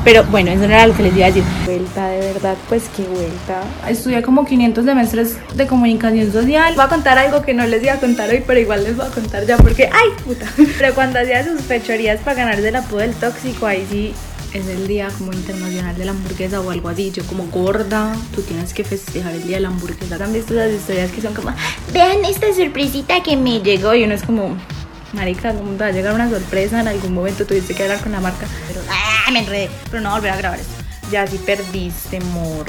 Pero bueno, eso no era lo que les iba a decir. Vuelta, de verdad, pues qué vuelta. Estudié como 500 semestres de comunicación social. Voy a contar algo que no les iba a contar hoy, pero igual les voy a contar ya porque, ¡ay, puta! Pero cuando hacía sus fechorías para ganarse el apodo del tóxico, ahí sí es el día como internacional de la hamburguesa o algo así. Yo como gorda, tú tienes que festejar el día de la hamburguesa. ¿Han visto esas historias que son como, vean esta sorpresita que me llegó? Y uno es como, marica, ¿cómo te va a llegar una sorpresa? En algún momento tuviste que hablar con la marca. Pero, me enredé. Pero no volver a grabar esto. Ya sí perdiste, amor.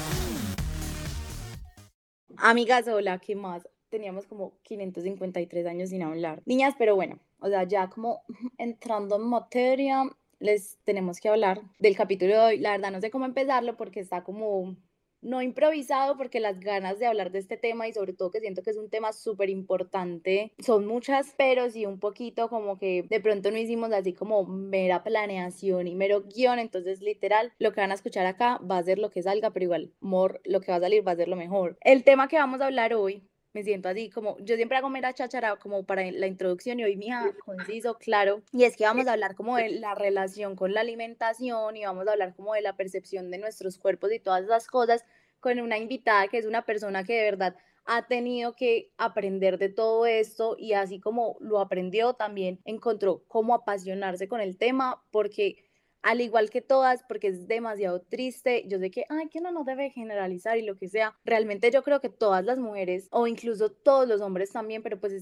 Amigas, hola, ¿qué más? Teníamos como 553 años sin hablar. Niñas, pero bueno, o sea, ya como entrando en materia, les tenemos que hablar del capítulo de hoy. La verdad no sé cómo empezarlo porque está como no improvisado, porque las ganas de hablar de este tema y sobre todo que siento que es un tema súper importante son muchas, pero sí un poquito como que de pronto no hicimos así como mera planeación y mero guión. Entonces literal lo que van a escuchar acá va a ser lo que salga, pero igual lo que va a salir va a ser lo mejor. El tema que vamos a hablar hoy, me siento así como, yo siempre hago mera cháchara como para la introducción y hoy mija, conciso, claro, y es que vamos a hablar como de la relación con la alimentación y vamos a hablar como de la percepción de nuestros cuerpos y todas esas cosas con una invitada que es una persona que de verdad ha tenido que aprender de todo esto y así como lo aprendió también encontró cómo apasionarse con el tema porque al igual que todas, porque es demasiado triste, yo sé que, ay, que uno no debe generalizar y lo que sea, realmente yo creo que todas las mujeres, o incluso todos los hombres también, pero pues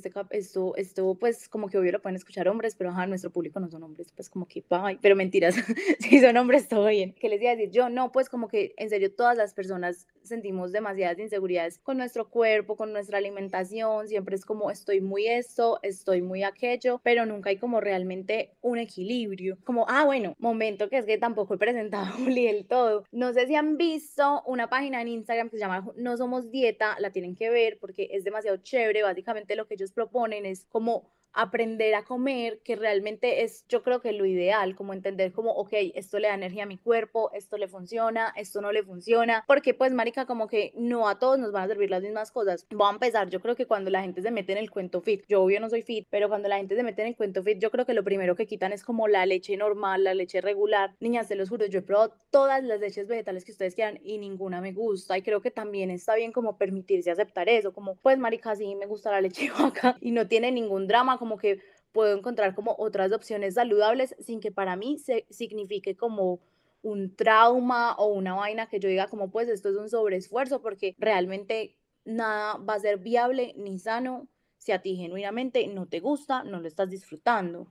esto pues como que obvio lo pueden escuchar hombres, pero ajá, nuestro público no son hombres, pues como que, ay, pero mentiras, si son hombres todo bien. ¿Qué les iba a decir? Yo no, pues como que en serio todas las personas sentimos demasiadas inseguridades con nuestro cuerpo, con nuestra alimentación, siempre es como estoy muy esto, estoy muy aquello, pero nunca hay como realmente un equilibrio, como, bueno, momento que es que tampoco he presentado a Juli del todo. No sé si han visto una página en Instagram que se llama No Somos Dieta, la tienen que ver porque es demasiado chévere. Básicamente lo que ellos proponen es como aprender a comer, que realmente es, yo creo que lo ideal, como entender como, ok, esto le da energía a mi cuerpo, esto le funciona, esto no le funciona, porque pues marica, como que no a todos nos van a servir las mismas cosas. Voy a empezar, yo creo que cuando la gente se mete en el cuento fit, yo obvio no soy fit, pero cuando la gente se mete en el cuento fit, yo creo que lo primero que quitan es como la leche normal, la leche regular. Niñas, se los juro, yo he probado todas las leches vegetales que ustedes quieran y ninguna me gusta, y creo que también está bien como permitirse aceptar eso, como pues marica, sí me gusta la leche vaca y no tiene ningún drama, como que puedo encontrar como otras opciones saludables sin que para mí se signifique como un trauma o una vaina que yo diga como pues esto es un sobreesfuerzo, porque realmente nada va a ser viable ni sano si a ti genuinamente no te gusta, no lo estás disfrutando.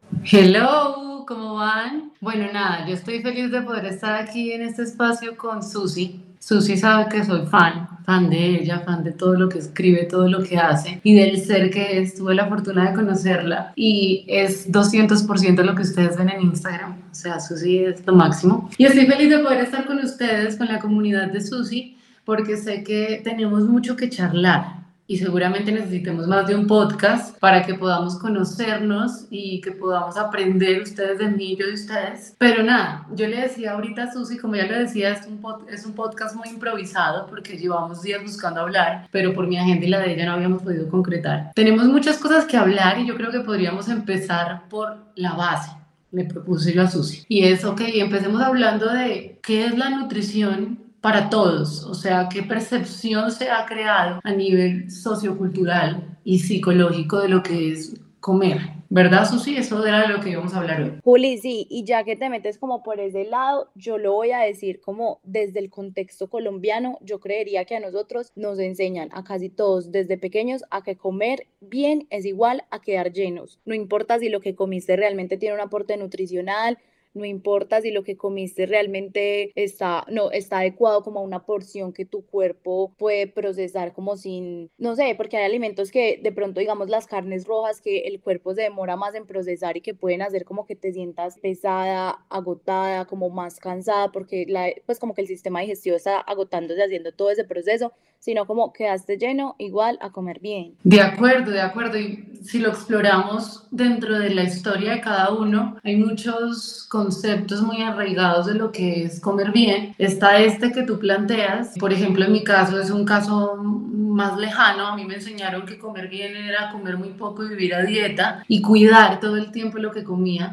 Hello, ¿cómo van? Bueno, nada, yo estoy feliz de poder estar aquí en este espacio con Susi. Susi sabe que soy fan de ella, fan de todo lo que escribe, todo lo que hace y del ser que es. Tuve la fortuna de conocerla y es 200% lo que ustedes ven en Instagram. O sea, Susi es lo máximo. Y estoy feliz de poder estar con ustedes, con la comunidad de Susi, porque sé que tenemos mucho que charlar y seguramente necesitemos más de un podcast para que podamos conocernos y que podamos aprender ustedes de mí y yo de ustedes. Pero nada, yo le decía ahorita a Susi, como ya le decía, es un podcast muy improvisado porque llevamos días buscando hablar, pero por mi agenda y la de ella no habíamos podido concretar. Tenemos muchas cosas que hablar y yo creo que podríamos empezar por la base. Le propuse yo a Susi. Y es, ok, empecemos hablando de qué es la nutrición para todos, o sea, qué percepción se ha creado a nivel sociocultural y psicológico de lo que es comer, ¿verdad, Susi? Eso era de lo que íbamos a hablar hoy. Juli, sí, y ya que te metes como por ese lado, yo lo voy a decir como desde el contexto colombiano, yo creería que a nosotros nos enseñan a casi todos desde pequeños a que comer bien es igual a quedar llenos. No importa si lo que comiste realmente tiene un aporte nutricional, no importa si lo que comiste realmente está, no, está adecuado como a una porción que tu cuerpo puede procesar como sin, no sé, porque hay alimentos que de pronto, digamos, las carnes rojas que el cuerpo se demora más en procesar y que pueden hacer como que te sientas pesada, agotada, como más cansada, porque pues como que el sistema digestivo está agotándose haciendo todo ese proceso, sino como quedaste lleno igual a comer bien. De acuerdo, de acuerdo. Y si lo exploramos dentro de la historia de cada uno, hay muchos conceptos muy arraigados de lo que es comer bien. Está este que tú planteas. Por ejemplo, en mi caso es un caso más lejano. A mí me enseñaron que comer bien era comer muy poco y vivir a dieta y cuidar todo el tiempo lo que comía.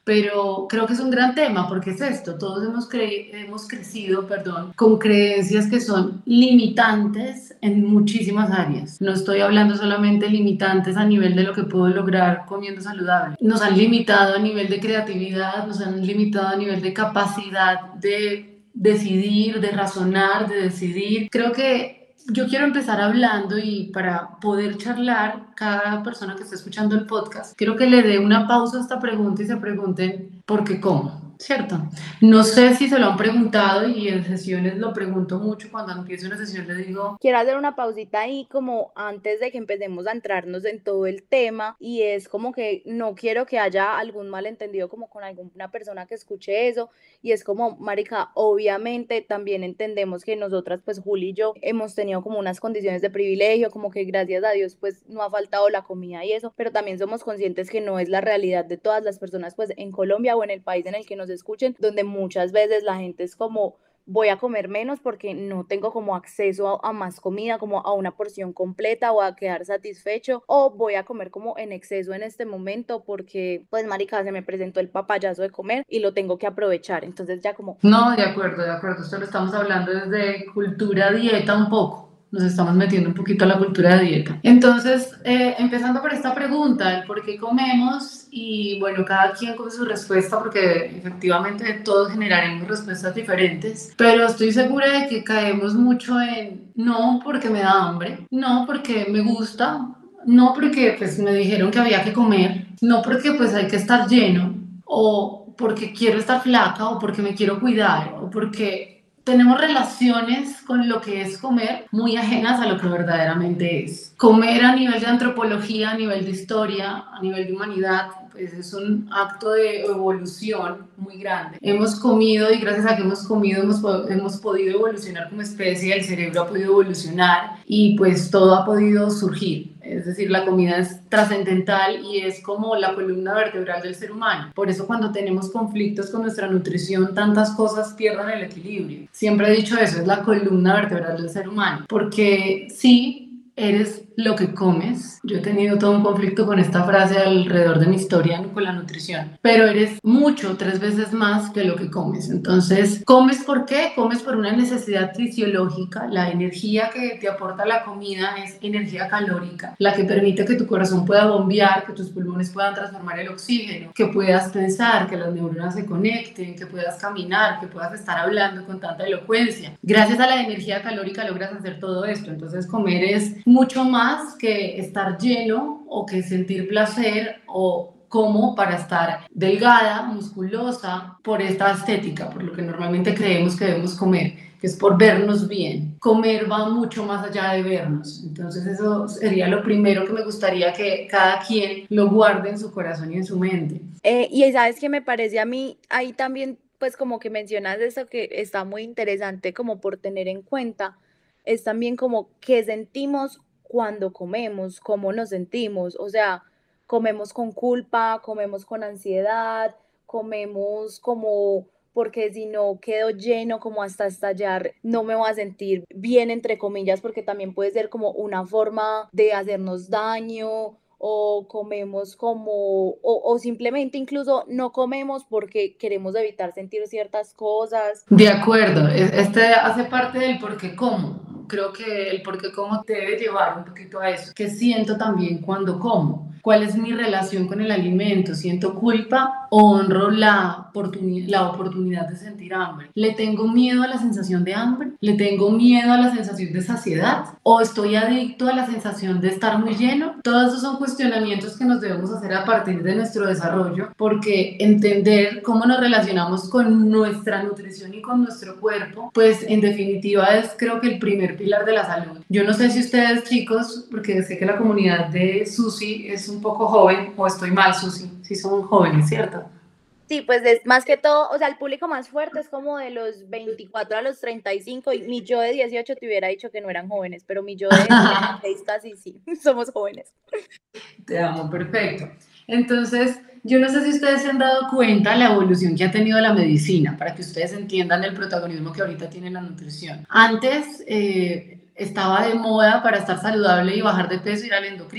pero creo que es un gran tema porque es esto, todos hemos crecido, perdón, con creencias que son limitantes en muchísimas áreas. No estoy hablando solamente limitantes a nivel de lo que puedo lograr comiendo saludable. Nos han limitado a nivel de creatividad, nos han limitado a nivel de capacidad de decidir, de razonar, de decidir. Creo que yo quiero empezar hablando y para poder charlar, cada persona que esté escuchando el podcast, quiero que le dé una pausa a esta pregunta y se pregunten ¿por qué cómo? ¿Cierto? No sé si se lo han preguntado y en sesiones lo pregunto mucho. Cuando empiezo una sesión le digo... Quiero hacer una pausita ahí como antes de que empecemos a entrarnos en todo el tema y es como que no quiero que haya algún malentendido como con alguna persona que escuche eso y es como, marica, obviamente también entendemos que nosotras, pues Juli y yo, hemos tenido como unas condiciones de privilegio, como que gracias a Dios pues no ha faltado la comida y eso, pero también somos conscientes que no es la realidad de todas las personas pues en Colombia o en el país en el que nos escuchen, donde muchas veces la gente es como voy a comer menos porque no tengo como acceso a más comida, como a una porción completa o a quedar satisfecho, o voy a comer como en exceso en este momento porque, pues, marica, se me presentó el papayazo de comer y lo tengo que aprovechar. Entonces ya como... No, de acuerdo, de acuerdo. Esto lo estamos hablando desde cultura dieta un poco. Nos estamos metiendo un poquito a la cultura de dieta. Entonces, empezando por esta pregunta, el por qué comemos, y bueno, cada quien con su respuesta, porque efectivamente todos generaremos respuestas diferentes, pero estoy segura de que caemos mucho en no porque me da hambre, no porque me gusta, no porque pues me dijeron que había que comer, no porque pues hay que estar lleno, o porque quiero estar flaca, o porque me quiero cuidar, o porque tenemos relaciones con lo que es comer muy ajenas a lo que verdaderamente es. Comer a nivel de antropología, a nivel de historia, a nivel de humanidad, pues es un acto de evolución muy grande. Hemos comido y gracias a que hemos comido hemos podido evolucionar como especie, el cerebro ha podido evolucionar y pues todo ha podido surgir. Es decir, la comida es trascendental y es como la columna vertebral del ser humano. Por eso cuando tenemos conflictos con nuestra nutrición, tantas cosas pierden el equilibrio. Siempre he dicho eso, es la columna vertebral del ser humano. Porque sí, eres lo que comes. Yo he tenido todo un conflicto con esta frase alrededor de mi historia con la nutrición. Pero eres mucho, 3 veces más que lo que comes. Entonces, ¿comes por qué? Comes por una necesidad fisiológica. La energía que te aporta la comida es energía calórica, la que permite que tu corazón pueda bombear, que tus pulmones puedan transformar el oxígeno, que puedas pensar, que las neuronas se conecten, que puedas caminar, que puedas estar hablando con tanta elocuencia. Gracias a la energía calórica logras hacer todo esto. Entonces, comer es mucho más que estar lleno o que sentir placer o como para estar delgada, musculosa, por esta estética, por lo que normalmente creemos que debemos comer, que es por vernos bien. Comer va mucho más allá de vernos. Entonces eso sería lo primero que me gustaría que cada quien lo guarde en su corazón y en su mente. Y sabes que me parece a mí, ahí también, pues como que mencionas eso que está muy interesante como por tener en cuenta, es también como qué sentimos cuando comemos, cómo nos sentimos, o sea, comemos con culpa, comemos con ansiedad, comemos como porque si no quedo lleno como hasta estallar, no me voy a sentir bien, entre comillas, porque también puede ser como una forma de hacernos daño o comemos como, o simplemente incluso no comemos porque queremos evitar sentir ciertas cosas. De acuerdo, este hace parte del por qué como. Creo que el por qué como te debe llevar un poquito a eso. ¿Qué siento también cuando como? ¿Cuál es mi relación con el alimento? ¿Siento culpa o honro la oportunidad de sentir hambre? ¿Le tengo miedo a la sensación de hambre? ¿Le tengo miedo a la sensación de saciedad? ¿O estoy adicto a la sensación de estar muy lleno? Todos esos son cuestionamientos que nos debemos hacer a partir de nuestro desarrollo, porque entender cómo nos relacionamos con nuestra nutrición y con nuestro cuerpo, pues en definitiva es creo que el primer pilar de la salud. Yo no sé si ustedes chicos, porque sé que la comunidad de Susi es un poco joven, o estoy mal Susi, si son jóvenes, ¿cierto? Sí, pues es más que todo, o sea, el público más fuerte es como de los 24 a los 35 y mi yo de 18 te hubiera dicho que no eran jóvenes, pero mi yo de 36 casi sí, somos jóvenes. Te amo, perfecto. Entonces, yo no sé si ustedes se han dado cuenta de la evolución que ha tenido la medicina, para que ustedes entiendan el protagonismo que ahorita tiene la nutrición. Antes estaba de moda para estar saludable y bajar de peso ir al endocrino.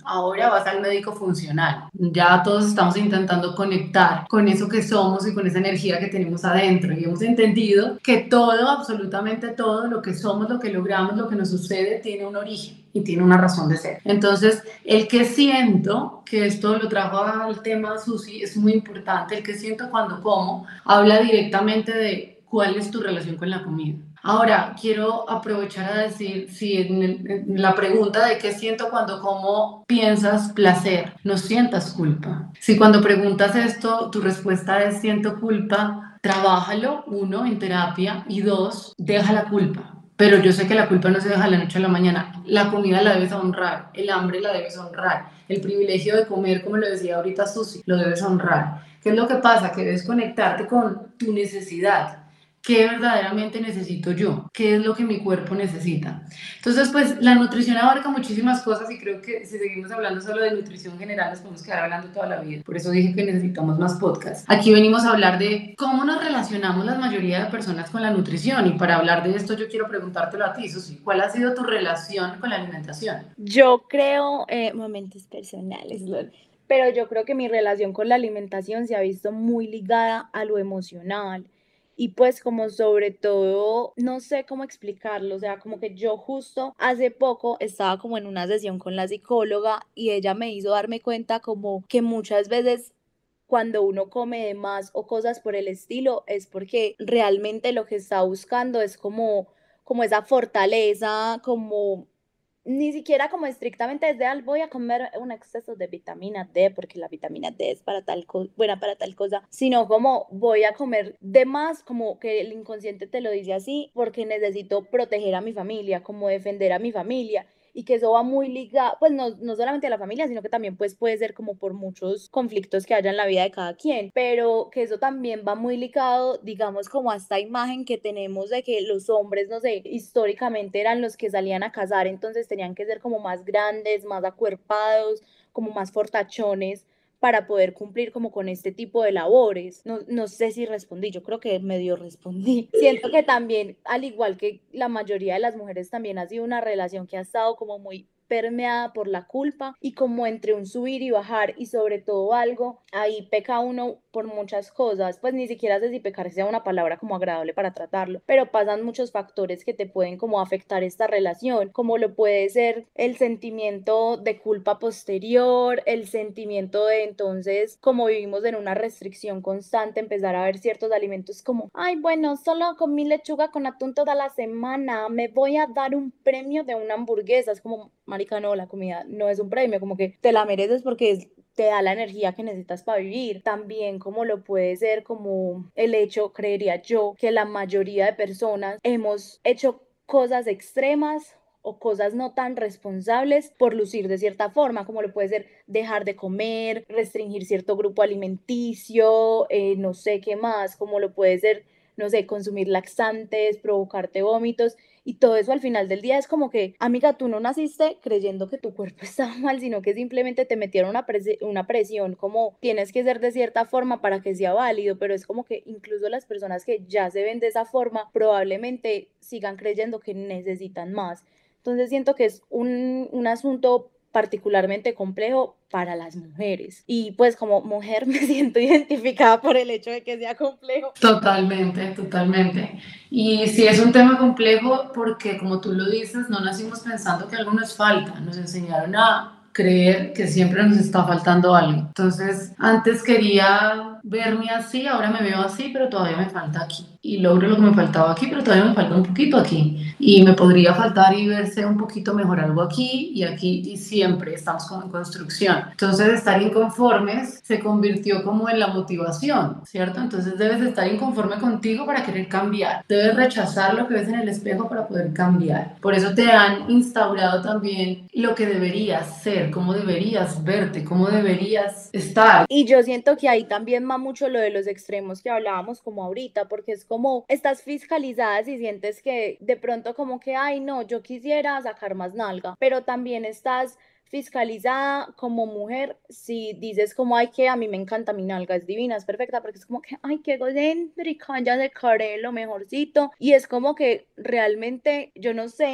ahora vas al médico funcional. Ya todos estamos intentando conectar con eso que somos y con esa energía que tenemos adentro y hemos entendido que todo, absolutamente todo, lo que somos, lo que logramos, lo que nos sucede, tiene un origen y tiene una razón de ser. Entonces, el que siento, que esto lo trajo al tema Susi, es muy importante, el que siento cuando como, habla directamente de cuál es tu relación con la comida. Ahora, quiero aprovechar a decir, si en la pregunta de qué siento cuando como piensas placer, no sientas culpa. Si cuando preguntas esto, tu respuesta es siento culpa, trabájalo, uno, en terapia, y dos, deja la culpa. Pero yo sé que la culpa no se deja de la noche a la mañana. La comida la debes honrar, el hambre la debes honrar, el privilegio de comer, como lo decía ahorita Susi, lo debes honrar. ¿Qué es lo que pasa? Que debes conectarte con tu necesidad. ¿Qué verdaderamente necesito yo? ¿Qué es lo que mi cuerpo necesita? Entonces, pues la nutrición abarca muchísimas cosas y creo que si seguimos hablando solo de nutrición general nos podemos quedar hablando toda la vida. Por eso dije que necesitamos más podcasts. Aquí venimos a hablar de cómo nos relacionamos la mayoría de personas con la nutrición y para hablar de esto yo quiero preguntártelo a ti, Susi. ¿Cuál ha sido tu relación con la alimentación? Yo creo, momentos personales, Lol, pero yo creo que mi relación con la alimentación se ha visto muy ligada a lo emocional y pues como sobre todo, no sé cómo explicarlo, o sea, como que yo justo hace poco estaba como en una sesión con la psicóloga y ella me hizo darme cuenta como que muchas veces cuando uno come de más o cosas por el estilo es porque realmente lo que está buscando es como esa fortaleza, como ni siquiera como estrictamente desde voy a comer un exceso de vitamina D porque la vitamina D es para tal cosa, buena para tal cosa, sino como voy a comer de más, como que el inconsciente te lo dice así, porque necesito proteger a mi familia, como defender a mi familia. Y que eso va muy ligado, pues no solamente a la familia, sino que también pues puede ser como por muchos conflictos que haya en la vida de cada quien, pero que eso también va muy ligado, digamos, como a esta imagen que tenemos de que los hombres, no sé, históricamente eran los que salían a cazar, entonces tenían que ser como más grandes, más acuerpados, como más fortachones para poder cumplir como con este tipo de labores. No sé si respondí, yo creo que medio respondí. Siento que también, al igual que la mayoría de las mujeres, también ha sido una relación que ha estado como muy permeada por la culpa y como entre un subir y bajar y sobre todo algo, ahí peca uno por muchas cosas, pues ni siquiera sé si pecar sea una palabra como agradable para tratarlo, pero pasan muchos factores que te pueden como afectar esta relación, como lo puede ser el sentimiento de culpa posterior, el sentimiento de entonces, como vivimos en una restricción constante, empezar a ver ciertos alimentos como, ay, bueno, solo comí lechuga con atún toda la semana, me voy a dar un premio de una hamburguesa, es como, marica, no, la comida no es un premio, como que te la mereces porque te da la energía que necesitas para vivir. También como lo puede ser como el hecho, creería yo, que la mayoría de personas hemos hecho cosas extremas o cosas no tan responsables por lucir de cierta forma, como lo puede ser dejar de comer, restringir cierto grupo alimenticio, no sé qué más, como lo puede ser, no sé, consumir laxantes, provocarte vómitos. Y todo eso al final del día es como que, amiga, tú no naciste creyendo que tu cuerpo estaba mal, sino que simplemente te metieron una presión como tienes que ser de cierta forma para que sea válido, pero es como que incluso las personas que ya se ven de esa forma probablemente sigan creyendo que necesitan más. Entonces siento que es un asunto particularmente complejo para las mujeres. Y pues como mujer me siento identificada por el hecho de que sea complejo. Totalmente, totalmente. Y sí es un tema complejo porque, como tú lo dices, no nacimos pensando que algo nos falta. Nos enseñaron a creer que siempre nos está faltando algo. Entonces, antes quería verme así, ahora me veo así, pero todavía me falta aquí. Y logro lo que me faltaba aquí, pero todavía me falta un poquito aquí. Y me podría faltar y verse un poquito mejor algo aquí, y siempre estamos como en construcción. Entonces, estar inconformes se convirtió como en la motivación, ¿cierto? Entonces, debes estar inconforme contigo para querer cambiar. Debes rechazar lo que ves en el espejo para poder cambiar. Por eso te han instaurado también lo que deberías ser, cómo deberías verte, cómo deberías estar. Y yo siento que ahí también va mucho lo de los extremos que hablábamos como ahorita, porque es como estás fiscalizadas y sientes que de pronto como que, ay, no, yo quisiera sacar más nalga, pero también estás fiscalizada como mujer si dices como, ay, que a mí me encanta mi nalga, es divina, es perfecta, porque es como que, ay, qué egocéntrica, ya decoré lo mejorcito, y es como que realmente, yo no sé,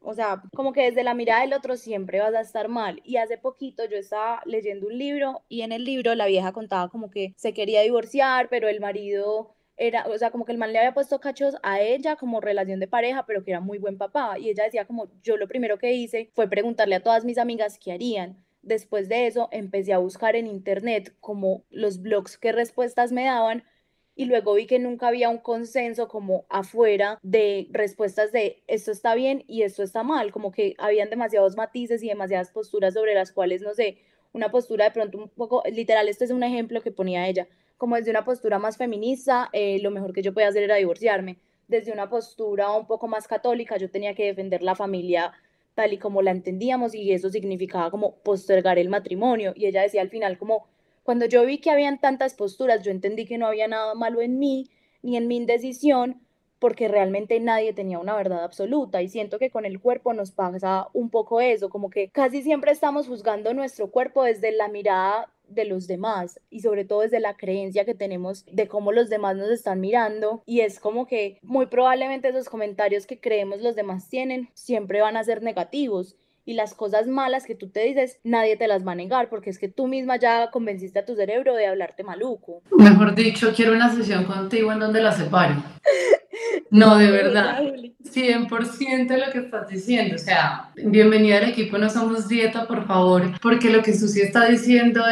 O sea, como que desde la mirada del otro siempre vas a estar mal. Y hace poquito yo estaba leyendo un libro y en el libro la vieja contaba como que se quería divorciar, pero el marido era, o sea, como que el man le había puesto cachos a ella como relación de pareja, pero que era muy buen papá. Y ella decía como, yo lo primero que hice fue preguntarle a todas mis amigas qué harían. Después de eso empecé a buscar en internet como los blogs qué respuestas me daban y luego vi que nunca había un consenso como afuera de respuestas de esto está bien y esto está mal, como que habían demasiados matices y demasiadas posturas sobre las cuales, no sé, una postura de pronto un poco, literal, este es un ejemplo que ponía ella, como desde una postura más feminista, lo mejor que yo podía hacer era divorciarme, desde una postura un poco más católica, yo tenía que defender la familia tal y como la entendíamos y eso significaba como postergar el matrimonio y ella decía al final como cuando yo vi que habían tantas posturas, yo entendí que no había nada malo en mí ni en mi indecisión, porque realmente nadie tenía una verdad absoluta y siento que con el cuerpo nos pasa un poco eso, como que casi siempre estamos juzgando nuestro cuerpo desde la mirada de los demás y sobre todo desde la creencia que tenemos de cómo los demás nos están mirando y es como que muy probablemente esos comentarios que creemos los demás tienen siempre van a ser negativos y las cosas malas que tú te dices, nadie te las va a negar, porque es que tú misma ya convenciste a tu cerebro de hablarte maluco. Mejor dicho, quiero una sesión contigo en donde la separe. No, de verdad, Ya, Juli. 100% lo que estás diciendo. O sea, bienvenida al equipo No Somos Dieta, por favor, porque lo que Susi está diciendo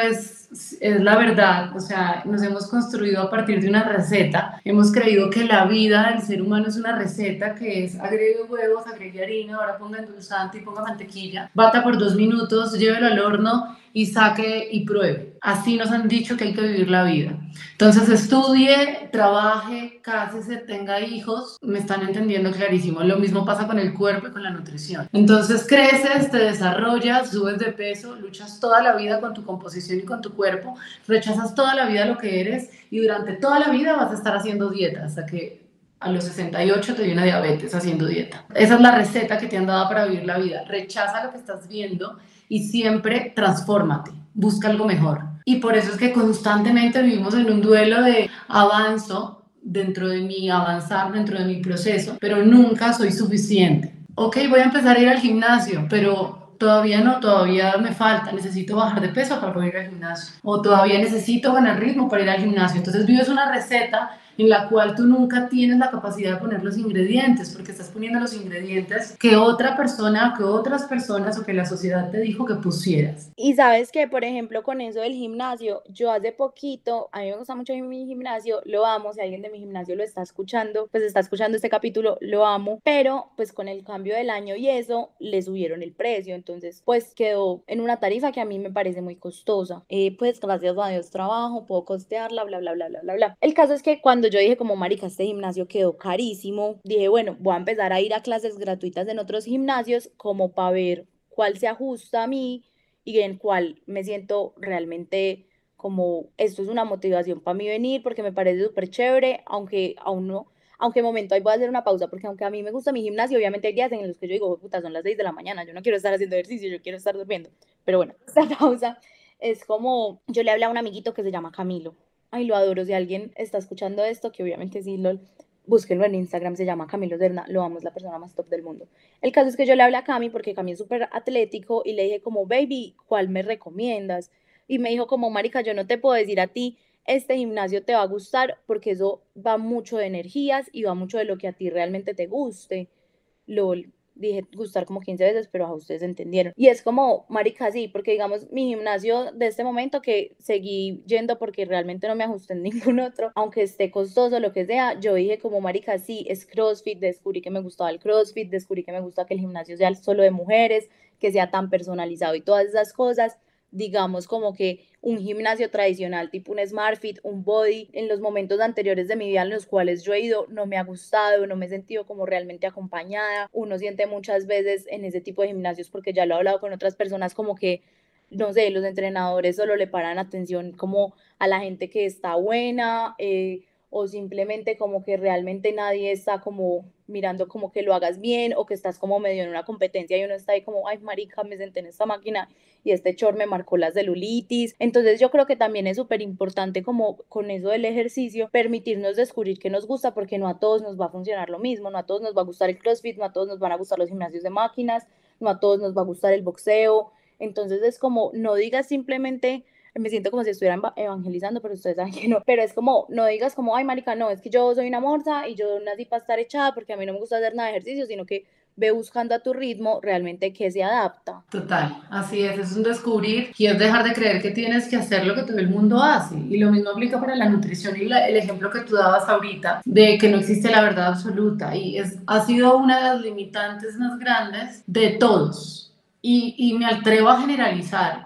es la verdad. O sea, nos hemos construido a partir de una receta. Hemos creído que la vida del ser humano es una receta que es agregue huevos, agregue harina, ahora ponga endulzante y ponga mantequilla, bata por 2 minutos, llévelo al horno y saque y pruebe. Así nos han dicho que hay que vivir la vida. Entonces estudie, trabaje, cásese, tenga hijos, me están entendiendo clarísimo. Lo mismo pasa con el cuerpo y con la nutrición. Entonces creces, te desarrollas, subes de peso, luchas toda la vida con tu composición y con tu cuerpo, rechazas toda la vida lo que eres y durante toda la vida vas a estar haciendo dieta hasta que a los 68 te dio una diabetes haciendo dieta. Esa es la receta que te han dado para vivir la vida. Rechaza lo que estás viendo y siempre transfórmate, busca algo mejor. Y por eso es que constantemente vivimos en un duelo de avanzo dentro de mi avanzar, dentro de mi proceso, pero nunca soy suficiente. Ok, voy a empezar a ir al gimnasio, pero todavía no, todavía me falta, necesito bajar de peso para poder ir al gimnasio. O todavía necesito ganar ritmo para ir al gimnasio. Entonces vives una receta en la cual tú nunca tienes la capacidad de poner los ingredientes, porque estás poniendo los ingredientes que otra persona, que otras personas o que la sociedad te dijo que pusieras. Y sabes que, por ejemplo, con eso del gimnasio, yo hace poquito, a mí me gusta mucho mi gimnasio, lo amo, si alguien de mi gimnasio lo está escuchando, pues está escuchando este capítulo, lo amo, pero pues con el cambio del año y eso, le subieron el precio, entonces pues quedó en una tarifa que a mí me parece muy costosa. Pues gracias a Dios trabajo, puedo costearla, bla, bla, bla, bla, bla, bla. El caso es que cuando yo dije como, marica, este gimnasio quedó carísimo, dije, bueno, voy a empezar a ir a clases gratuitas en otros gimnasios como para ver cuál se ajusta a mí y en cuál me siento realmente como esto es una motivación para mí venir porque me parece súper chévere, aunque aún no, aunque de momento ahí voy a hacer una pausa porque aunque a mí me gusta mi gimnasio, obviamente hay días en los que yo digo, puta, son las 6 de la mañana, yo no quiero estar haciendo ejercicio, yo quiero estar durmiendo, pero bueno, esta pausa es como, yo le hablé a un amiguito que se llama Camilo, ay, lo adoro, si alguien está escuchando esto, que obviamente sí, lo búsquenlo en Instagram, se llama Camilo Derna, lo amo, es la persona más top del mundo. El caso es que yo le hablé a Cami porque Cami es súper atlético y le dije como, baby, ¿cuál me recomiendas? Y me dijo como, marica, yo no te puedo decir a ti, este gimnasio te va a gustar porque eso va mucho de energías y va mucho de lo que a ti realmente te guste. LOL, dije gustar como 15 veces, pero a ustedes entendieron. Y es como, marica, sí, porque digamos, mi gimnasio de este momento que seguí yendo porque realmente no me ajusté en ningún otro, aunque esté costoso, lo que sea, yo dije como, marica, sí, es CrossFit, descubrí que me gustaba el CrossFit, descubrí que me gusta que el gimnasio sea solo de mujeres, que sea tan personalizado y todas esas cosas digamos como que un gimnasio tradicional tipo un SmartFit, un Body, en los momentos anteriores de mi vida en los cuales yo he ido no me ha gustado, no me he sentido como realmente acompañada. Uno siente muchas veces en ese tipo de gimnasios porque ya lo he hablado con otras personas como que no sé, los entrenadores solo le paran atención como a la gente que está buena, o simplemente como que realmente nadie está como mirando como que lo hagas bien o que estás como medio en una competencia y uno está ahí como, ay marica, me senté en esta máquina y este chor me marcó la celulitis. Entonces yo creo que también es súper importante como con eso del ejercicio, permitirnos descubrir qué nos gusta porque no a todos nos va a funcionar lo mismo, no a todos nos va a gustar el CrossFit, no a todos nos van a gustar los gimnasios de máquinas, no a todos nos va a gustar el boxeo. Entonces es como, no digas simplemente, me siento como si estuviera evangelizando, pero ustedes saben que no, pero es como, no digas como, ay marica, no, es que yo soy una morsa y yo nací para estar echada porque a mí no me gusta hacer nada de ejercicio, sino que ve buscando a tu ritmo realmente que se adapta. Total, así es un descubrir y es dejar de creer que tienes que hacer lo que todo el mundo hace. Y lo mismo aplica para la nutrición y el ejemplo que tú dabas ahorita de que no existe la verdad absoluta y ha sido una de las limitantes más grandes de todos. Y me atrevo a generalizar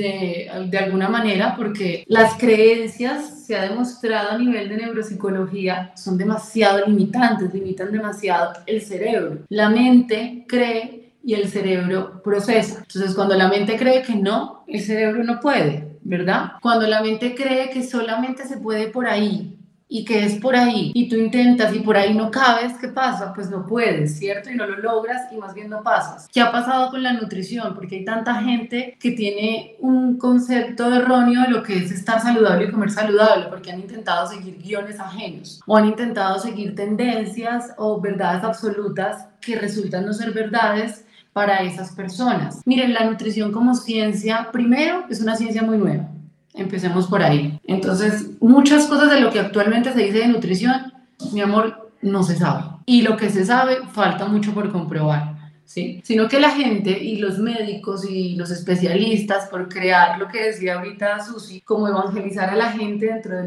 de alguna manera porque las creencias, se ha demostrado a nivel de neuropsicología, son demasiado limitantes, limitan demasiado el cerebro. La mente cree y el cerebro procesa. Entonces, cuando la mente cree que no, el cerebro no puede, ¿verdad? Cuando la mente cree que solamente se puede por ahí y que es por ahí y tú intentas y por ahí no cabes, ¿qué pasa? Pues no puedes, ¿cierto? Y no lo logras y más bien no pasas. ¿Qué ha pasado con la nutrición? Porque hay tanta gente que tiene un concepto erróneo de lo que es estar saludable y comer saludable, porque han intentado seguir guiones ajenos o han intentado seguir tendencias o verdades absolutas que resultan no ser verdades para esas personas. Miren, la nutrición como ciencia, primero, es una ciencia muy nueva. Empecemos por ahí. Entonces, muchas cosas de lo que actualmente se dice de nutrición, mi amor, no se sabe. Y lo que se sabe, falta mucho por comprobar. ¿Sí? Sino que la gente y los médicos y los especialistas por crear lo que decía ahorita Susi, como evangelizar a la gente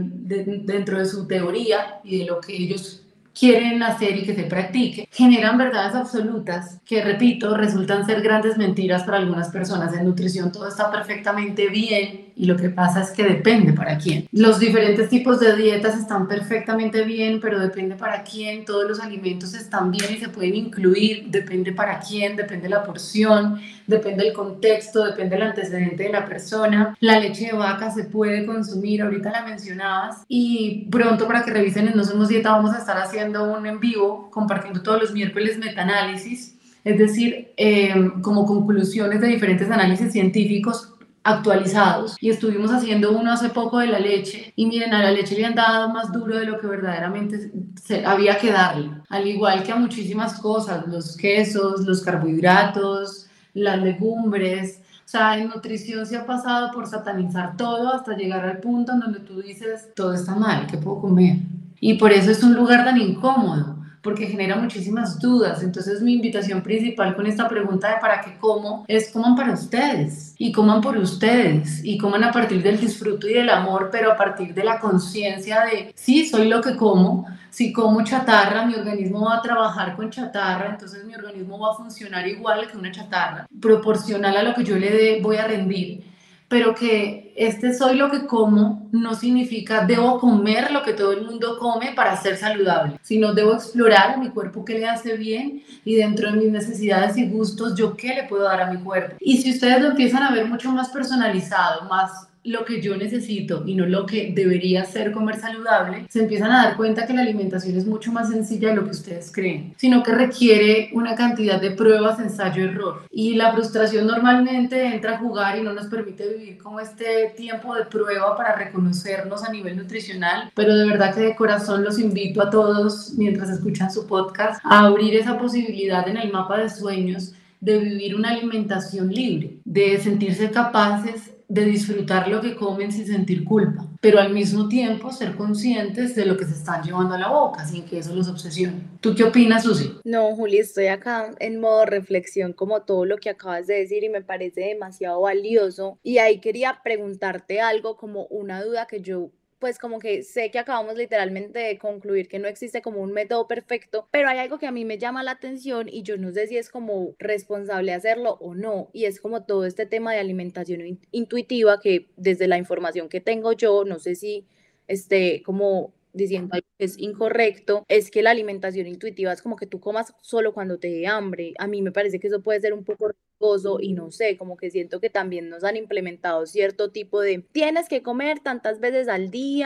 dentro de su teoría y de lo que ellos quieren hacer y que se practique, generan verdades absolutas que, repito, resultan ser grandes mentiras para algunas personas. En nutrición todo está perfectamente bien y lo que pasa es que depende para quién. Los diferentes tipos de dietas están perfectamente bien, pero depende para quién. Todos los alimentos están bien y se pueden incluir, depende para quién, depende la porción, depende el contexto, depende el antecedente de la persona. La leche de vaca se puede consumir, ahorita la mencionabas, y pronto, para que revisen en No Somos Dieta, vamos a estar haciendo un en vivo compartiendo todos los miércoles metaanálisis, es decir, como conclusiones de diferentes análisis científicos actualizados, y estuvimos haciendo uno hace poco de la leche y miren, a la leche le han dado más duro de lo que verdaderamente había que darle, al igual que a muchísimas cosas, los quesos, los carbohidratos, las legumbres. O sea, en nutrición se ha pasado por satanizar todo hasta llegar al punto en donde tú dices, todo está mal, ¿qué puedo comer? Y por eso es un lugar tan incómodo, porque genera muchísimas dudas. Entonces mi invitación principal con esta pregunta de para qué como es coman para ustedes y coman por ustedes y coman a partir del disfrute y del amor, pero a partir de la conciencia de sí, soy lo que como. Si como chatarra, mi organismo va a trabajar con chatarra, entonces mi organismo va a funcionar igual que una chatarra, proporcional a lo que yo le dé, voy a rendir. Pero que este soy lo que como no significa debo comer lo que todo el mundo come para ser saludable, sino debo explorar a mi cuerpo qué le hace bien y dentro de mis necesidades y gustos yo qué le puedo dar a mi cuerpo. Y si ustedes lo empiezan a ver mucho más personalizado, más lo que yo necesito y no lo que debería ser comer saludable, se empiezan a dar cuenta que la alimentación es mucho más sencilla de lo que ustedes creen, sino que requiere una cantidad de pruebas, ensayo, error. Y la frustración normalmente entra a jugar y no nos permite vivir como este tiempo de prueba para reconocernos a nivel nutricional, pero de verdad que de corazón los invito a todos, mientras escuchan su podcast, a abrir esa posibilidad en el mapa de sueños de vivir una alimentación libre, de sentirse capaces de disfrutar lo que comen sin sentir culpa, pero al mismo tiempo ser conscientes de lo que se están llevando a la boca sin que eso los obsesione. ¿Tú qué opinas, Susi? No, Juli, estoy acá en modo reflexión como todo lo que acabas de decir y me parece demasiado valioso. Y ahí quería preguntarte algo como una duda que yo, pues como que sé que acabamos literalmente de concluir que no existe como un método perfecto, pero hay algo que a mí me llama la atención y yo no sé si es como responsable hacerlo o no. Y es como todo este tema de alimentación intuitiva que desde la información que tengo yo, no sé si esté como diciendo algo que es incorrecto, es que la alimentación intuitiva es como que tú comas solo cuando te dé hambre. A mí me parece que eso puede ser un poco riesgoso y no sé, como que siento que también nos han implementado cierto tipo de tienes que comer tantas veces al día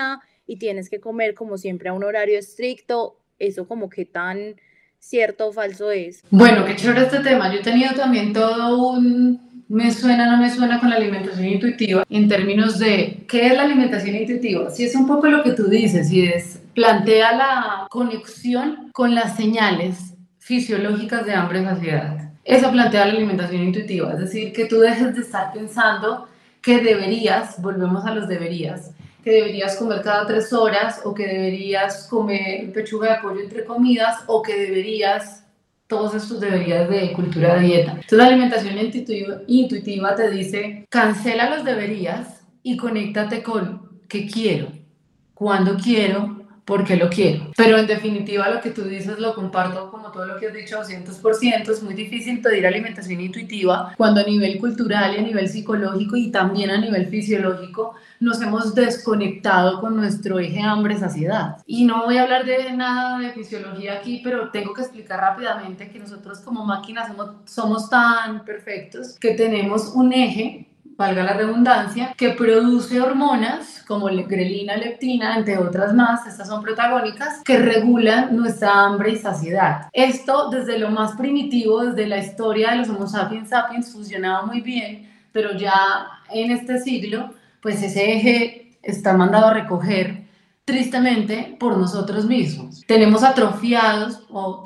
y tienes que comer como siempre a un horario estricto, eso como que tan cierto o falso es. Bueno, qué chévere este tema. Yo he tenido también todo un me suena, no me suena con la alimentación intuitiva en términos de qué es la alimentación intuitiva. Si es un poco lo que tú dices, y es plantea la conexión con las señales fisiológicas de hambre y saciedad. Eso plantea la alimentación intuitiva, es decir, que tú dejes de estar pensando que deberías, volvemos a los deberías, que deberías comer cada 3 horas o que deberías comer pechuga de pollo entre comidas o que deberías todos estos deberías de cultura de dieta. Entonces la alimentación intuitiva te dice cancela los deberías y conéctate con qué quiero, cuándo quiero, por qué lo quiero. Pero en definitiva lo que tú dices lo comparto como todo lo que has dicho 200%. Es muy difícil pedir alimentación intuitiva cuando a nivel cultural y a nivel psicológico y también a nivel fisiológico nos hemos desconectado con nuestro eje hambre-saciedad. Y no voy a hablar de nada de fisiología aquí, pero tengo que explicar rápidamente que nosotros como máquinas somos tan perfectos que tenemos un eje, valga la redundancia, que produce hormonas como grelina, leptina, entre otras más, estas son protagónicas, que regulan nuestra hambre y saciedad. Esto desde lo más primitivo, desde la historia de los Homo sapiens sapiens, funcionaba muy bien, pero ya en este siglo, pues ese eje está mandado a recoger tristemente por nosotros mismos. Tenemos atrofiados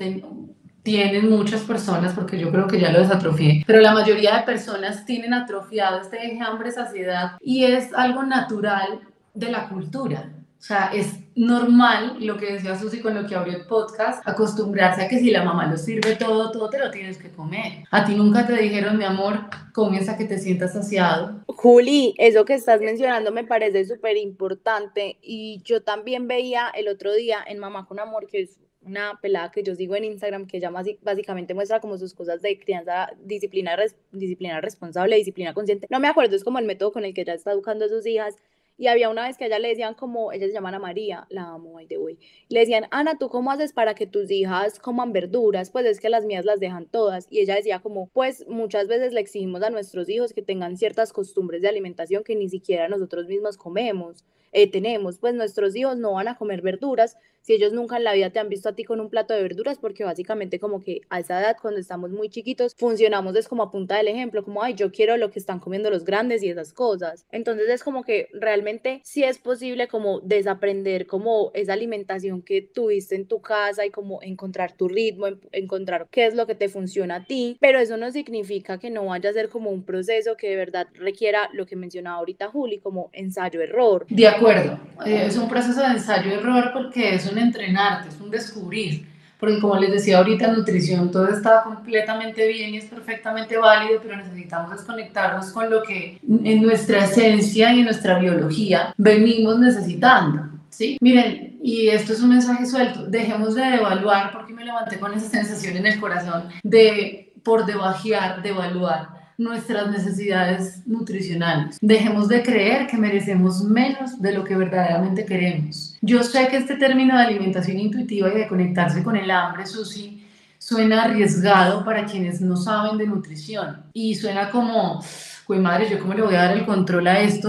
tienen muchas personas, porque yo creo que ya lo desatrofié, pero la mayoría de personas tienen atrofiado este eje hambre-saciedad y es algo natural de la cultura. O sea, es normal lo que decía Susi con lo que abrió el podcast, acostumbrarse a que si la mamá lo sirve todo, todo te lo tienes que comer. A ti nunca te dijeron, mi amor, come hasta que te sientas saciado. Juli, eso que estás mencionando me parece súper importante y yo también veía el otro día en Mamá con Amor, que es una pelada que yo sigo en Instagram, que ella básicamente muestra como sus cosas de crianza, disciplina responsable, disciplina consciente. No me acuerdo, es como el método con el que ella está educando a sus hijas. Y había una vez que a ella le decían como, ella se llama Ana María, la amo, by the way. Le decían, Ana, ¿tú cómo haces para que tus hijas coman verduras? Pues es que las mías las dejan todas. Y ella decía como, pues muchas veces le exigimos a nuestros hijos que tengan ciertas costumbres de alimentación que ni siquiera nosotros mismos comemos. Tenemos, pues nuestros hijos no van a comer verduras si ellos nunca en la vida te han visto a ti con un plato de verduras, porque básicamente como que a esa edad, cuando estamos muy chiquitos, funcionamos es como a punta del ejemplo, como, ay, yo quiero lo que están comiendo los grandes y esas cosas. Entonces es como que realmente sí es posible como desaprender como esa alimentación que tuviste en tu casa y como encontrar tu ritmo, encontrar qué es lo que te funciona a ti, pero eso no significa que no vaya a ser como un proceso que de verdad requiera lo que mencionaba ahorita Juli, como ensayo-error. De acuerdo, es un proceso de ensayo-error porque es un entrenarte, es un descubrir. Porque como les decía ahorita en nutrición, todo está completamente bien y es perfectamente válido, pero necesitamos desconectarnos con lo que en nuestra esencia y en nuestra biología venimos necesitando. ¿Sí? Miren, y esto es un mensaje suelto, dejemos de devaluar, porque me levanté con esa sensación en el corazón de por debajear, de evaluar nuestras necesidades nutricionales. Dejemos de creer que merecemos menos de lo que verdaderamente queremos. Yo sé que este término de alimentación intuitiva y de conectarse con el hambre, Susi, suena arriesgado para quienes no saben de nutrición y suena como, güey madre, ¿yo cómo le voy a dar el control a esto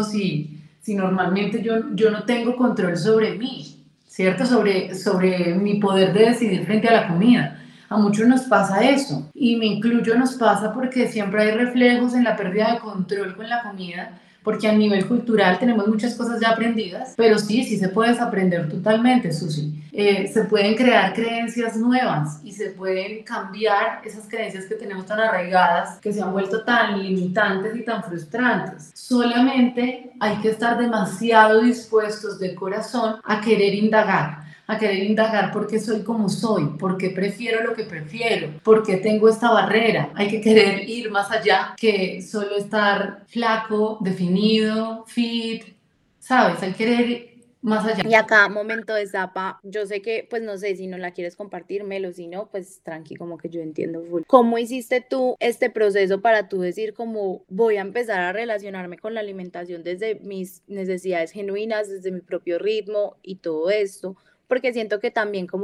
si normalmente yo no tengo control sobre mí, ¿cierto? Sobre mi poder de decidir frente a la comida. A muchos nos pasa eso y me incluyo, nos pasa porque siempre hay reflejos en la pérdida de control con la comida, porque a nivel cultural tenemos muchas cosas ya aprendidas, pero sí se puede desaprender totalmente, Susi. Se pueden crear creencias nuevas y se pueden cambiar esas creencias que tenemos tan arraigadas, que se han vuelto tan limitantes y tan frustrantes. Solamente hay que estar demasiado dispuestos de corazón a querer indagar por qué soy como soy, por qué prefiero lo que prefiero, por qué tengo esta barrera. Hay que querer ir más allá que solo estar flaco, definido, fit, ¿sabes? Hay que querer ir más allá. Y acá, momento de zapa, yo sé que, pues no sé si no la quieres compartírmelo, si no, pues tranqui, como que yo entiendo full. ¿Cómo hiciste tú este proceso para tú decir como voy a empezar a relacionarme con la alimentación desde mis necesidades genuinas, desde mi propio ritmo y todo esto? Porque siento que también como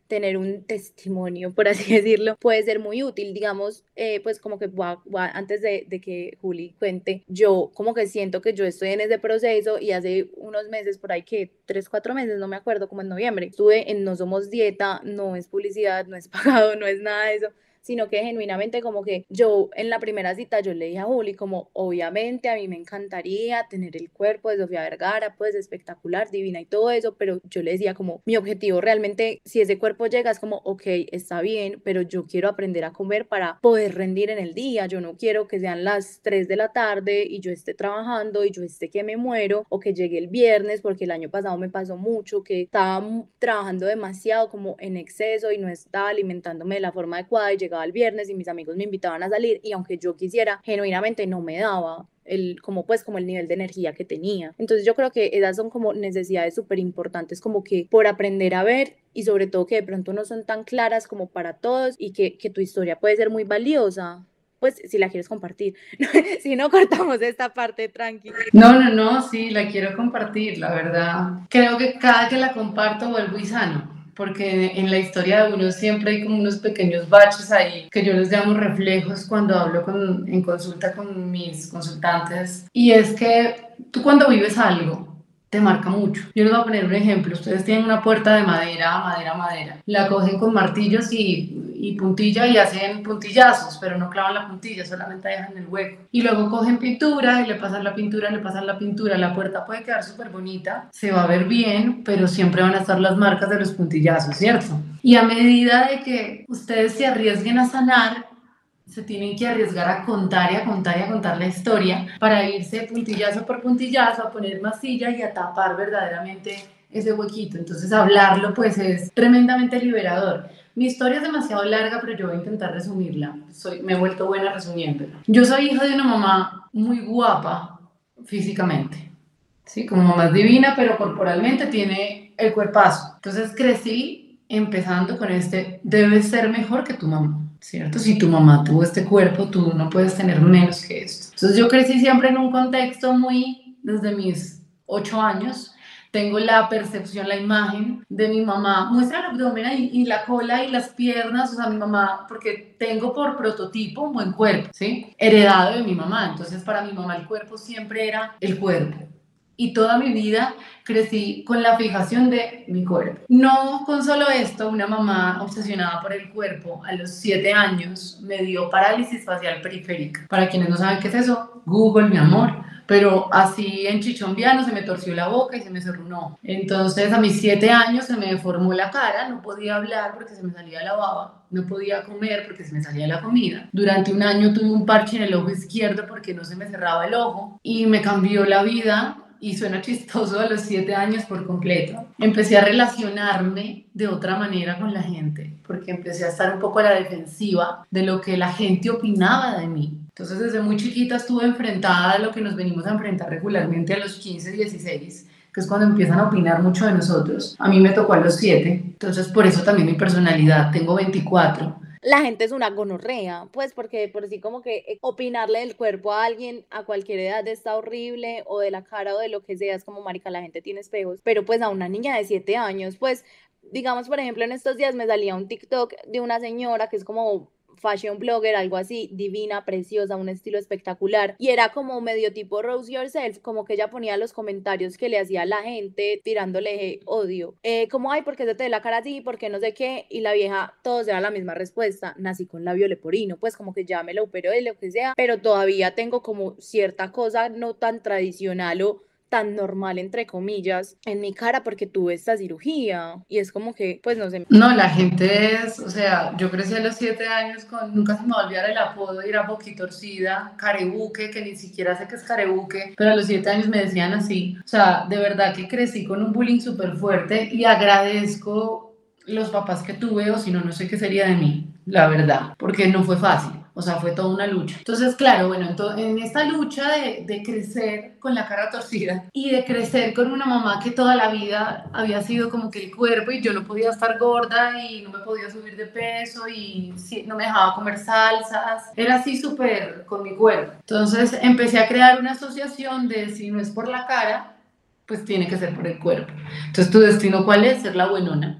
tener un testimonio, por así decirlo, puede ser muy útil. Digamos, pues como que antes de que Juli cuente, yo como que siento que yo estoy en ese proceso y hace unos meses, por ahí que 3, 4 meses, no me acuerdo, como en noviembre, estuve en No Somos Dieta, no es publicidad, no es pagado, no es nada de eso, sino que genuinamente como que yo en la primera cita yo le dije a Juli como obviamente a mí me encantaría tener el cuerpo de Sofía Vergara, pues espectacular, divina y todo eso, pero yo le decía como mi objetivo realmente, si ese cuerpo llega es como ok, está bien, pero yo quiero aprender a comer para poder rendir en el día, yo no quiero que sean las 3 de la tarde y yo esté trabajando y yo esté que me muero o que llegue el viernes, porque el año pasado me pasó mucho que estaba trabajando demasiado como en exceso y no estaba alimentándome de la forma adecuada y llegaba el viernes y mis amigos me invitaban a salir y aunque yo quisiera, genuinamente no me daba como el nivel de energía que tenía. Entonces yo creo que esas son como necesidades súper importantes como que por aprender a ver y sobre todo que de pronto no son tan claras como para todos y que tu historia puede ser muy valiosa. Pues si la quieres compartir, si no cortamos esta parte tranqui. No, sí, la quiero compartir, la verdad. Creo que cada que la comparto vuelvo y sano, porque en la historia de uno siempre hay como unos pequeños baches ahí, que yo les llamo reflejos cuando hablo en consulta con mis consultantes, y es que tú cuando vives algo, te marca mucho. Yo les voy a poner un ejemplo. Ustedes tienen una puerta de madera. La cogen con martillos y puntilla y hacen puntillazos, pero no clavan la puntilla, solamente dejan el hueco. Y luego cogen pintura y le pasan la pintura, La puerta puede quedar súper bonita, se va a ver bien, pero siempre van a estar las marcas de los puntillazos, ¿cierto? Y a medida de que ustedes se arriesguen a sanar, se tienen que arriesgar a contar y a contar y a contar la historia para irse puntillazo por puntillazo, a poner masilla y a tapar verdaderamente ese huequito. Entonces hablarlo pues es tremendamente liberador. Mi historia es demasiado larga, pero yo voy a intentar resumirla. Me he vuelto buena resumiéndola. Yo soy hija de una mamá muy guapa físicamente, ¿sí? Como mamá es divina, pero corporalmente tiene el cuerpazo. Entonces crecí empezando con debes ser mejor que tu mamá. ¿Cierto? Si tu mamá tuvo este cuerpo, tú no puedes tener menos que esto. Entonces yo crecí siempre en un contexto desde mis 8 años, tengo la percepción, la imagen de mi mamá, muestra el abdomen y la cola y las piernas, o sea, mi mamá, porque tengo por prototipo un buen cuerpo, ¿sí? Heredado de mi mamá, entonces para mi mamá el cuerpo siempre era el cuerpo. Y toda mi vida crecí con la fijación de mi cuerpo. No con solo esto, una mamá obsesionada por el cuerpo a los 7 años me dio parálisis facial periférica. Para quienes no saben qué es eso, Google, mi amor. Pero así en chichombiano se me torció la boca y se me cerró un ojo. Entonces a mis 7 años se me deformó la cara, no podía hablar porque se me salía la baba, no podía comer porque se me salía la comida. Durante un año tuve un parche en el ojo izquierdo porque no se me cerraba el ojo y me cambió la vida. Y suena chistoso, a los 7 años por completo. Empecé a relacionarme de otra manera con la gente, porque empecé a estar un poco a la defensiva de lo que la gente opinaba de mí. Entonces desde muy chiquita estuve enfrentada a lo que nos venimos a enfrentar regularmente a los 15, 16, que es cuando empiezan a opinar mucho de nosotros. A mí me tocó a los 7, entonces por eso también mi personalidad, tengo 24. La gente es una gonorrea, pues porque por sí como que opinarle del cuerpo a alguien a cualquier edad está horrible o de la cara o de lo que sea, es como marica, la gente tiene espejos, pero pues a una niña de 7 años, pues digamos por ejemplo en estos días me salía un TikTok de una señora que es como fashion blogger, algo así, divina, preciosa, un estilo espectacular. Y era como medio tipo Rose Yourself, como que ella ponía los comentarios que le hacía a la gente tirándole odio. Como, ay, ¿por qué se te ve la cara así? ¿Por qué no sé qué? Y la vieja, todos era la misma respuesta. Nací con labio leporino, pues como que ya me lo operó de lo que sea, pero todavía tengo como cierta cosa no tan tradicional o tan normal, entre comillas, en mi cara porque tuve esta cirugía y es como que, pues no sé. No, la gente o sea, yo crecí a los 7 años nunca se me va a olvidar el apodo, y era boquitorcida, carebuque, que ni siquiera sé qué es carebuque, pero a los 7 años me decían así. O sea, de verdad que crecí con un bullying súper fuerte y agradezco los papás que tuve, o si no, no sé qué sería de mí, la verdad, porque no fue fácil. O sea, fue toda una lucha. Entonces, claro, bueno, en esta lucha de crecer con la cara torcida y de crecer con una mamá que toda la vida había sido como que el cuerpo y yo no podía estar gorda y no me podía subir de peso y no me dejaba comer salsas, era así súper con mi cuerpo. Entonces empecé a crear una asociación de si no es por la cara, pues tiene que ser por el cuerpo. Entonces, ¿tu destino cuál es? Ser la buenona. Entonces, empecé a relacionarme de otra manera con la gente, porque empecé a crear una asociación de si no es por la cara, pues tiene que ser por el cuerpo. Entonces empecé a crear una asociación de si no es por la cara, pues tiene que ser por el cuerpo.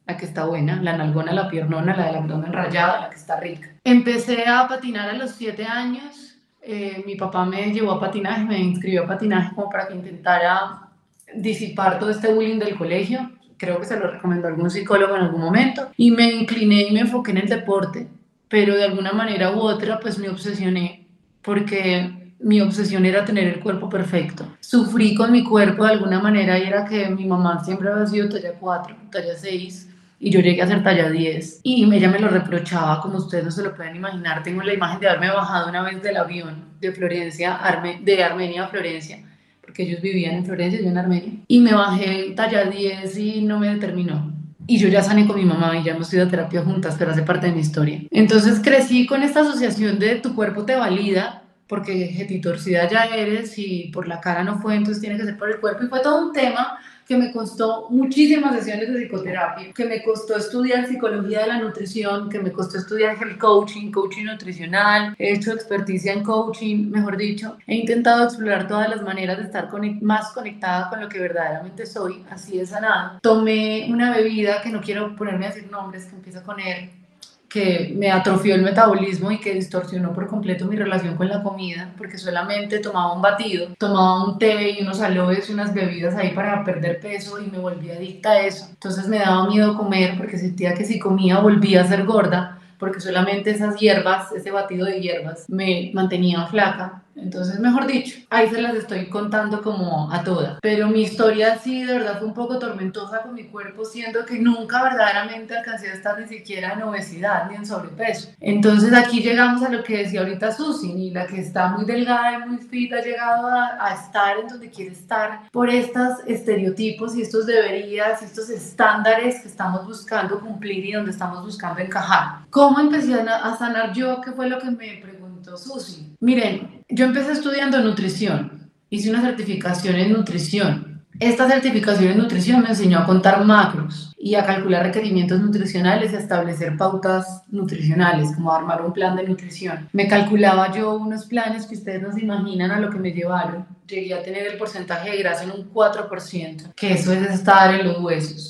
la que está buena, la nalgona, la piernona, la del abdomen rayado, la que está rica. Empecé a patinar a los 7 años. Mi papá me llevó a patinaje, me inscribió a patinaje como para que intentara disipar todo este bullying del colegio. Creo que se lo recomendó algún psicólogo en algún momento. Y me incliné y me enfoqué en el deporte. Pero de alguna manera u otra, pues me obsesioné porque mi obsesión era tener el cuerpo perfecto. Sufrí con mi cuerpo de alguna manera y era que mi mamá siempre había sido talla 4, talla 6 y yo llegué a ser talla 10 y ella me lo reprochaba como ustedes no se lo pueden imaginar. Tengo la imagen de haberme bajado una vez del avión de Florencia, de Armenia a Florencia, porque ellos vivían en Florencia, yo en Armenia, y me bajé talla 10 y no me determinó. Y yo ya sané con mi mamá y ya hemos ido a terapia juntas, pero hace parte de mi historia. Entonces crecí con esta asociación de tu cuerpo te valida, porque getitorcida ya eres y por la cara no fue, entonces tiene que ser por el cuerpo. Y fue todo un tema que me costó muchísimas sesiones de psicoterapia, que me costó estudiar psicología de la nutrición, que me costó estudiar el coaching, coaching nutricional, he hecho experticia en coaching, mejor dicho, he intentado explorar todas las maneras de estar más conectada con lo que verdaderamente soy, así de sanada. Tomé una bebida que no quiero ponerme a decir nombres, que empieza con R, que me atrofió el metabolismo y que distorsionó por completo mi relación con la comida, porque solamente tomaba un batido, tomaba un té y unos aloes, unas bebidas ahí para perder peso y me volví adicta a eso. Entonces me daba miedo comer porque sentía que si comía volvía a ser gorda, porque solamente esas hierbas, ese batido de hierbas, me mantenían flaca. Entonces, mejor dicho, ahí se las estoy contando como a todas. Pero mi historia sí, de verdad, fue un poco tormentosa con mi cuerpo, siendo que nunca verdaderamente alcancé a estar ni siquiera en obesidad ni en sobrepeso. Entonces, aquí llegamos a lo que decía ahorita Susi, y la que está muy delgada y muy fit ha llegado a estar en donde quiere estar por estos estereotipos y estos deberías, y estos estándares que estamos buscando cumplir y donde estamos buscando encajar. ¿Cómo empecé a sanar yo? ¿Qué fue lo que me preguntó Susi? Miren, yo empecé estudiando nutrición, hice una certificación en nutrición. Esta certificación en nutrición me enseñó a contar macros y a calcular requerimientos nutricionales y a establecer pautas nutricionales, como armar un plan de nutrición. Me calculaba yo unos planes que ustedes no se imaginan a lo que me llevaron. Llegué a tener el porcentaje de grasa en un 4%, que eso es estar en los huesos.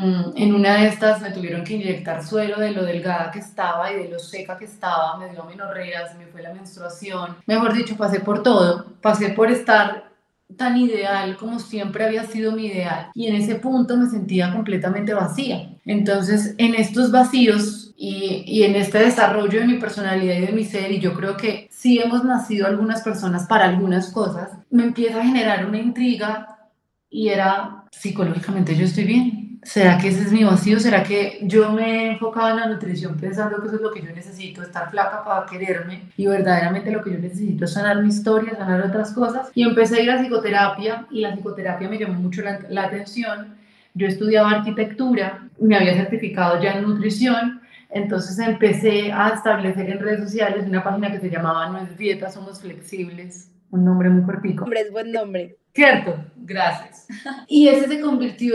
En una de estas me tuvieron que inyectar suero de lo delgada que estaba y de lo seca que estaba, me dio amenorrea, se me fue la menstruación, mejor dicho, pasé por todo, pasé por estar tan ideal como siempre había sido mi ideal y en ese punto me sentía completamente vacía. Entonces, en estos vacíos y en este desarrollo de mi personalidad y de mi ser, y yo creo que sí hemos nacido algunas personas para algunas cosas, me empieza a generar una intriga y era, psicológicamente yo estoy bien. ¿Será que ese es mi vacío? ¿Será que yo me he enfocado en la nutrición pensando que eso es lo que yo necesito, estar flaca para quererme? Y verdaderamente lo que yo necesito es sanar mi historia, sanar otras cosas. Y empecé a ir a psicoterapia y la psicoterapia me llamó mucho la atención. Yo estudiaba arquitectura, me había certificado ya en nutrición, entonces empecé a establecer en redes sociales una página que se llamaba No es dieta, somos flexibles, un nombre muy cortico. Hombre, es buen nombre. Cierto, gracias. Y ese se convirtió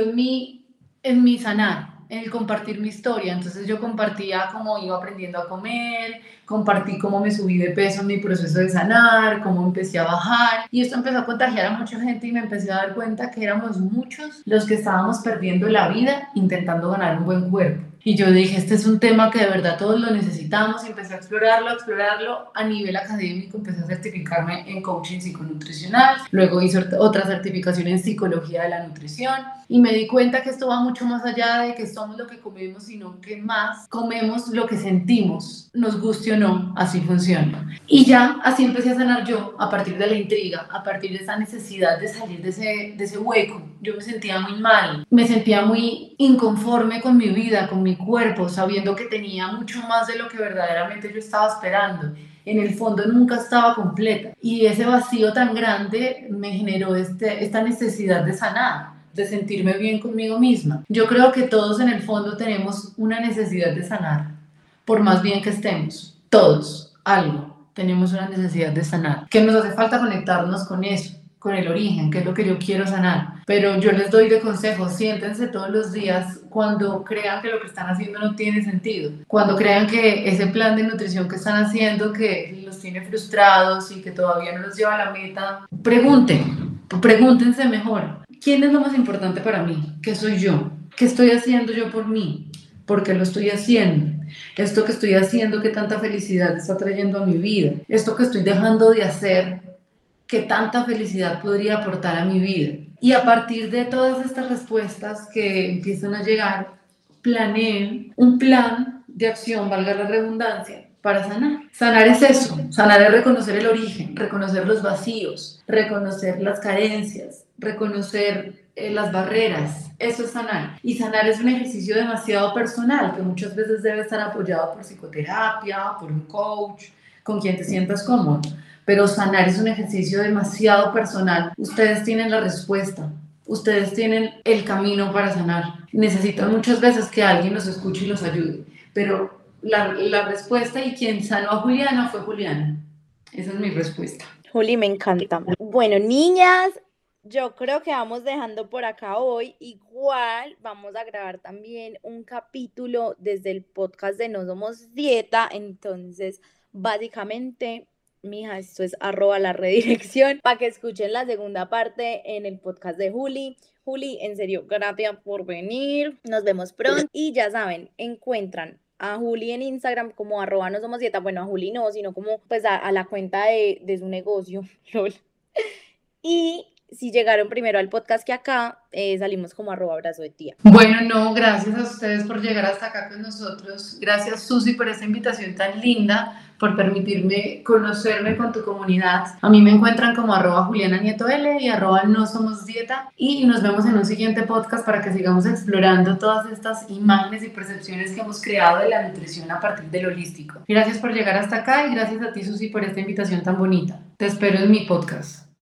en mi sanar, en el compartir mi historia. Entonces yo compartía cómo iba aprendiendo a comer, compartí cómo me subí de peso en mi proceso de sanar, cómo empecé a bajar. Y esto empezó a contagiar a mucha gente y me empecé a dar cuenta que éramos muchos los que estábamos perdiendo la vida intentando ganar un buen cuerpo. Y yo dije, este es un tema que de verdad todos lo necesitamos y empecé a explorarlo a nivel académico, empecé a certificarme en coaching psiconutricional, luego hice otra certificación en psicología de la nutrición y me di cuenta que esto va mucho más allá de que somos lo que comemos, sino que más comemos lo que sentimos, nos guste o no, así funciona. Y ya así empecé a sanar yo, a partir de la intriga, a partir de esa necesidad de salir de ese hueco. Yo me sentía muy mal, me sentía muy inconforme con mi vida, con mi cuerpo, sabiendo que tenía mucho más de lo que verdaderamente yo estaba esperando. En el fondo nunca estaba completa. Y ese vacío tan grande me generó esta necesidad de sanar, de sentirme bien conmigo misma. Yo creo que todos en el fondo tenemos una necesidad de sanar, por más bien que estemos, todos, algo, tenemos una necesidad de sanar, que nos hace falta conectarnos con eso, con el origen, que es lo que yo quiero sanar. Pero yo les doy de consejo, siéntense todos los días cuando crean que lo que están haciendo no tiene sentido, cuando crean que ese plan de nutrición que están haciendo que los tiene frustrados y que todavía no los lleva a la meta, pregúntense mejor, ¿quién es lo más importante para mí? ¿Qué soy yo? ¿Qué estoy haciendo yo por mí? ¿Por qué lo estoy haciendo? Esto que estoy haciendo, ¿qué tanta felicidad está trayendo a mi vida? Esto que estoy dejando de hacer, ¿qué tanta felicidad podría aportar a mi vida? Y a partir de todas estas respuestas que empiezan a llegar, planeen un plan de acción, valga la redundancia, para sanar. Sanar es eso, sanar es reconocer el origen, reconocer los vacíos, reconocer las carencias, reconocer las barreras. Eso es sanar. Y sanar es un ejercicio demasiado personal que muchas veces debe estar apoyado por psicoterapia, por un coach, con quien te sientas cómodo. Pero sanar es un ejercicio demasiado personal. Ustedes tienen la respuesta. Ustedes tienen el camino para sanar. Necesitan muchas veces que alguien los escuche y los ayude. Pero la respuesta y quien sanó a Juliana fue Juliana. Esa es mi respuesta. Juli, me encanta. Bueno, niñas, yo creo que vamos dejando por acá hoy. Igual vamos a grabar también un capítulo desde el podcast de No Somos Dieta. Entonces, básicamente, mija, esto es @ la redirección para que escuchen la segunda parte en el podcast de Juli. Juli, en serio, gracias por venir. Nos vemos pronto. Y ya saben, encuentran a Juli en Instagram como @ no somos dieta, bueno, a Juli no, sino como pues a la cuenta de su negocio, lol. Y si llegaron primero al podcast que acá, salimos como @abrazo de tía. Bueno, no, gracias a ustedes por llegar hasta acá con nosotros. Gracias, Susi, por esta invitación tan linda, por permitirme conocerme con tu comunidad. A mí me encuentran como @Juliana Nieto L y @No Somos Dieta. Y nos vemos en un siguiente podcast para que sigamos explorando todas estas imágenes y percepciones que hemos creado de la nutrición a partir del holístico. Gracias por llegar hasta acá y gracias a ti, Susi, por esta invitación tan bonita. Te espero en mi podcast.